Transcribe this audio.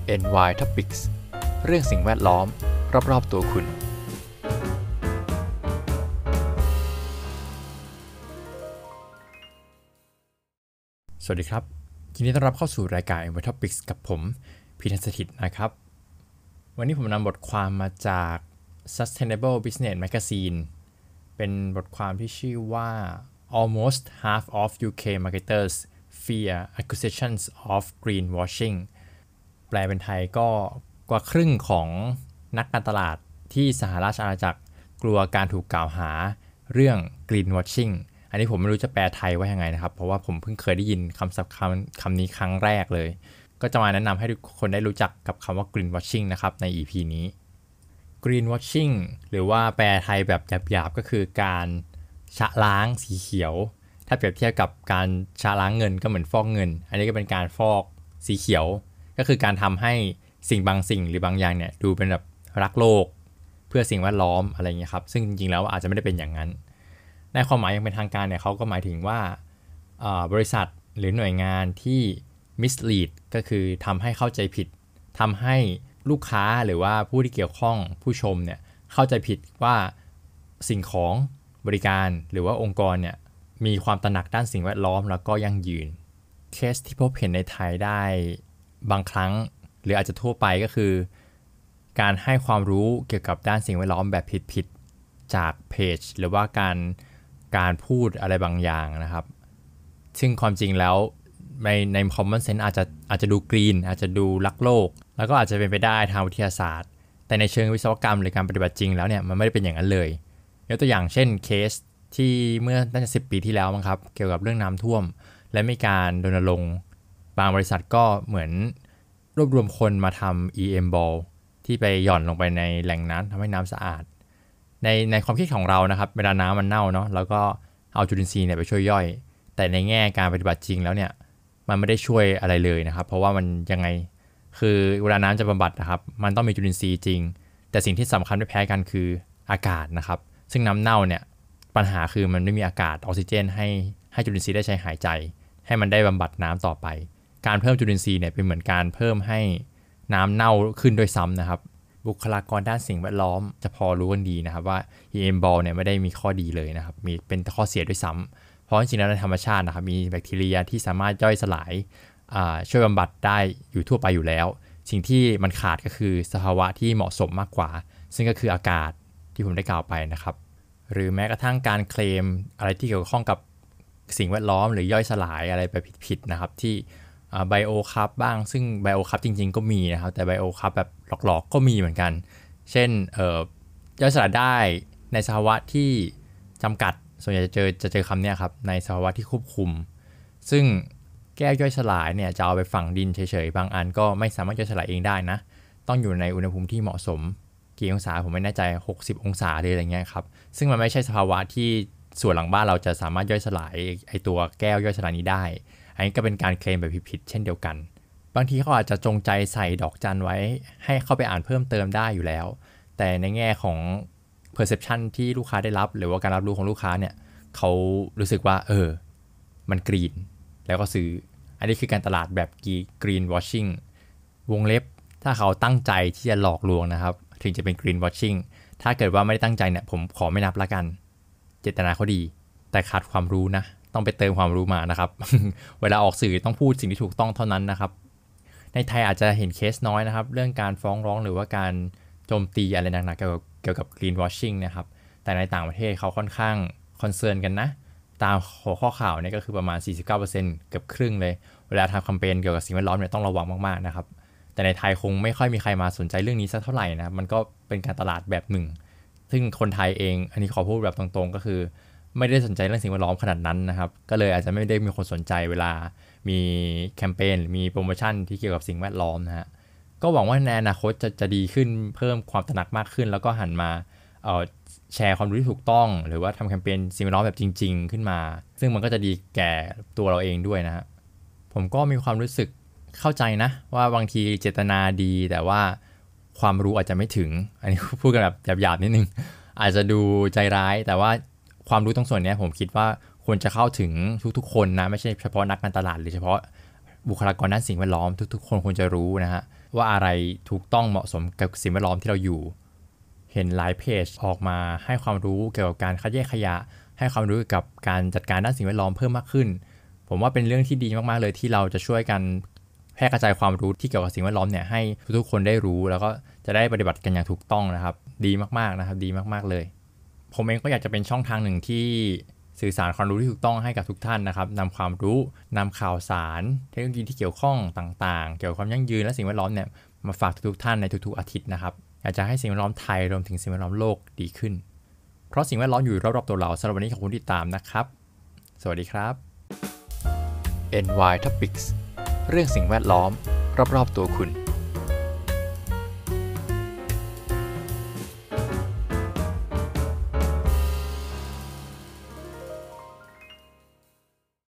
NY Topics เรื่องสิ่งแวดล้อมรอบๆตัวคุณสวัสดีครับยินดีต้อนรับเข้าสู่รายการ NY Topics กับผมพีทันสถิตนะครับวันนี้ผมนำบทความมาจาก Sustainable Business Magazine เป็นบทความที่ชื่อว่า Almost half of UK marketers fear accusations of greenwashing แปลเป็นไทยก็กว่าครึ่งของนักการตลาดที่สหราชอาณาจักรกลัวการถูกกล่าวหาเรื่อง greenwashing อันนี้ผมไม่รู้จะแปลไทยว่ายังไงนะครับเพราะว่าผมเพิ่งเคยได้ยินคำนี้ครั้งแรกเลยก็จะมาแนะนำให้ทุกคนได้รู้จักกับคำว่า greenwashing นะครับใน EP นี้ greenwashing หรือว่าแปลไทยแบบหยาบๆก็คือการชะล้างสีเขียวถ้าเปรียบเทียบกับการชะล้างเงินก็เหมือนฟอกเงินอันนี้ก็เป็นการฟอกสีเขียวก็คือการทำให้สิ่งบางสิ่งหรือบางอย่างเนี่ยดูเป็นแบบรักโลกเพื่อสิ่งแวดล้อมอะไรอย่างเงี้ยครับซึ่งจริงๆแล้วอาจจะไม่ได้เป็นอย่างนั้นในความหมายอย่างเป็นทางการเนี่ยเขาก็หมายถึงว่าบริษัทหรือหน่วยงานที่ mislead ก็คือทำให้เข้าใจผิดทำให้ลูกค้าหรือว่าผู้ที่เกี่ยวข้องผู้ชมเนี่ยเข้าใจผิดว่าสิ่งของบริการหรือว่าองค์กรเนี่ยมีความตระหนักด้านสิ่งแวดล้อมแล้วก็ยั่งยืนเคสที่พบเห็นในไทยได้บางครั้งหรืออาจจะทั่วไปก็คือการให้ความรู้เกี่ยวกับด้านสิ่งแวดล้อมแบบผิดๆจากเพจหรือว่าการพูดอะไรบางอย่างนะครับซึ่งความจริงแล้วใน common sense อาจจะดูกรีนอาจจะดูรักโลกแล้วก็อาจจะเป็นไปได้ทางวิทยาศาสตร์แต่ในเชิงวิศวกรรมหรือการปฏิบัติจริงแล้วเนี่ยมันไม่ได้เป็นอย่างนั้นเลยยกตัวอย่างเช่นเคสที่เมื่อน่าจะ10 ปีที่แล้วมั้งครับเกี่ยวกับเรื่องน้ำท่วมและมีการรณรงค์บางบริษัทก็เหมือนรวบรวมคนมาทำ EM ball ที่ไปหย่อนลงไปในแหล่งน้ำทำให้น้ำสะอาดในความคิดของเรานะครับเวลาน้ำมันเน่าเนาะแล้วก็เอาจุลินทรีย์เนี่ยไปช่วยย่อยแต่ในแง่การปฏิบัติจริงแล้วเนี่ยมันไม่ได้ช่วยอะไรเลยนะครับเพราะว่ามันยังไงคือเวลาน้ำจะบำบัดนะครับมันต้องมีจุลินทรีย์จริงแต่สิ่งที่สำคัญไม่แพ้กันคืออากาศนะครับซึ่งน้ำเน่าเนี่ยปัญหาคือมันไม่มีอากาศออกซิเจนให้จุลินทรีย์ได้ใช้หายใจให้มันได้บำบัดน้ำต่อไปการเพิ่มจุลินทรีย์เนี่ยเป็นเหมือนการเพิ่มให้น้ำเน่าขึ้นด้วยซ้ำนะครับบุคลากรด้านสิ่งแวดล้อมจะพอรู้กันดีนะครับว่า EM ball เนี่ยไม่ได้มีข้อดีเลยนะครับมีเป็นข้อเสียด้วยซ้ำเพราะจริงๆแล้วในธรรมชาตินะครับมีแบคทีเรียที่สามารถย่อยสลายช่วยบำบัดได้อยู่ทั่วไปอยู่แล้วสิ่งที่มันขาดก็คือสภาวะที่เหมาะสมมากกว่าซึ่งก็คืออากาศที่ผมได้กล่าวไปนะครับหรือแม้กระทั่งการเคลมอะไรที่เกี่ยวข้องกับสิ่งแวดล้อมหรือย่อยสลายอะไรแบบผิดๆนะครับที่ไบโอคัพบ้างซึ่งไบโอคัพจริงๆก็มีนะครับแต่ไบโอคัพแบบหลอกๆก็มีเหมือนกันเช่นย่อยสลายได้ในสภาวะที่จำกัดส่วนใหญ่จะเจอคำนี้ครับในสภาวะที่ควบคุมซึ่งแก้วย่อยสลายเนี่ยจะเอาไปฝังดินเฉยๆบางอันก็ไม่สามารถย่อยสลายเองได้นะต้องอยู่ในอุณหภูมิที่เหมาะสมกี่องศาผมไม่แน่ใจ60 องศาเลยอะไรเงี้ยครับซึ่งมันไม่ใช่สภาวะที่ส่วนหลังบ้านเราจะสามารถย่อยสลายไอตัวแก้วย่อยสลายนี้ได้อันนี้ก็เป็นการเคลมแบบผิดๆเช่นเดียวกันบางทีเขาอาจจะจงใจใส่ดอกจันไว้ให้เข้าไปอ่านเพิ่มเติมได้อยู่แล้วแต่ในแง่ของ perception ที่ลูกค้าได้รับหรือว่าการรับรู้ของลูกค้าเนี่ยเขารู้สึกว่ามันกรีนแล้วก็ซื้ออันนี้คือการตลาดแบบ green washing วงเล็บถ้าเขาตั้งใจที่จะหลอกลวงนะครับถึงจะเป็น green washing ถ้าเกิดว่าไม่ได้ตั้งใจเนี่ยผมขอไม่นับละกันเจตนาเขาดีแต่ขาดความรู้นะต้องไปเติมความรู้มานะครับ เวลาออกสื่อต้องพูดสิ่งที่ถูกต้องเท่านั้นนะครับในไทยอาจจะเห็นเคสน้อยนะครับเรื่องการฟ้องร้องหรือว่าการโจมตีอะไรหนักๆเกี่ยวกับ green washing นะครับแต่ในต่างประเทศเขาค่อนข้างคอนเซิร์นกันนะตามหัวข้อข่าวเนี่ยก็คือประมาณ 49% เกือบครึ่งเลยเวลาทำแคมเปญเกี่ยวกับสิ่งแวดล้อมเนี่ยต้องระวังมากๆนะครับแต่ในไทยคงไม่ค่อยมีใครมาสนใจเรื่องนี้สักเท่าไหร่นะมันก็เป็นการตลาดแบบหนึ่งซึ่งคนไทยเองอันนี้ขอพูดแบบตรงๆก็คือไม่ได้สนใจเรื่องสิ่งแวดล้อมขนาดนั้นนะครับก็เลยอาจจะไม่ได้มีคนสนใจเวลามีแคมเปญมีโปรโมชั่นที่เกี่ยวกับสิ่งแวดล้อมนะฮะก็หวังว่าในอนาคตจะดีขึ้นเพิ่มความตระหนักมากขึ้นแล้วก็หันมาแชร์ความรู้ที่ถูกต้องหรือว่าทำแคมเปญสิ่งแวดล้อมแบบจริงๆขึ้นมาซึ่งมันก็จะดีแก่ตัวเราเองด้วยนะฮะผมก็มีความรู้สึกเข้าใจนะว่าบางทีเจตนาดีแต่ว่าความรู้อาจจะไม่ถึงอันนี้พูดกันแบบหยาบๆนิดนึงอาจจะดูใจร้ายแต่ว่าความรู้ตรงส่วนนี้ผมคิดว่าควรจะเข้าถึงทุกๆคนนะไม่ใช่เฉพาะนักการตลาดหรือเฉพาะบุคลากรด้านสิ่งแวดล้อมทุกๆคนควรจะรู้นะฮะว่าอะไรถูกต้องเหมาะสมกับสิ่งแวดล้อมที่เราอยู่เห็นหลายเพจออกมาให้ความรู้เกี่ยวกับการคัดแยกขยะให้ความรู้เกี่ยวกับการจัดการด้านสิ่งแวดล้อมเพิ่มมากขึ้นผมว่าเป็นเรื่องที่ดีมากๆเลยที่เราจะช่วยกันแพร่กระจายความรู้ที่เกี่ยวกับสิ่งแวดล้อมเนี่ยให้ทุกๆคนได้รู้แล้วก็จะได้ปฏิบัติกันอย่างถูกต้องนะครับดีมากๆนะครับดีมากๆเลยผมเองก็อยากจะเป็นช่องทางหนึ่งที่สื่อสารความรู้ที่ถูกต้องให้กับทุกท่านนะครับนำความรู้นำข่าวสารเทคโนโลยีที่เกี่ยวข้องต่างๆเกี่ยวกับความยั่งยืนและสิ่งแวดล้อมเนี่ยมาฝากทุกท่านในทุกๆอาทิตย์นะครับอยากจะให้สิ่งแวดล้อมไทยรวมถึงสิ่งแวดล้อมโลกดีขึ้นเพราะสิ่งแวดล้อมอยู่รอบๆตัวเราสำหรับวันนี้ขอบคุณที่ติดตามนะครับสวัสดีครับ NY Topics เรื่องสิ่งแวดล้อมรอบๆตัวคุณ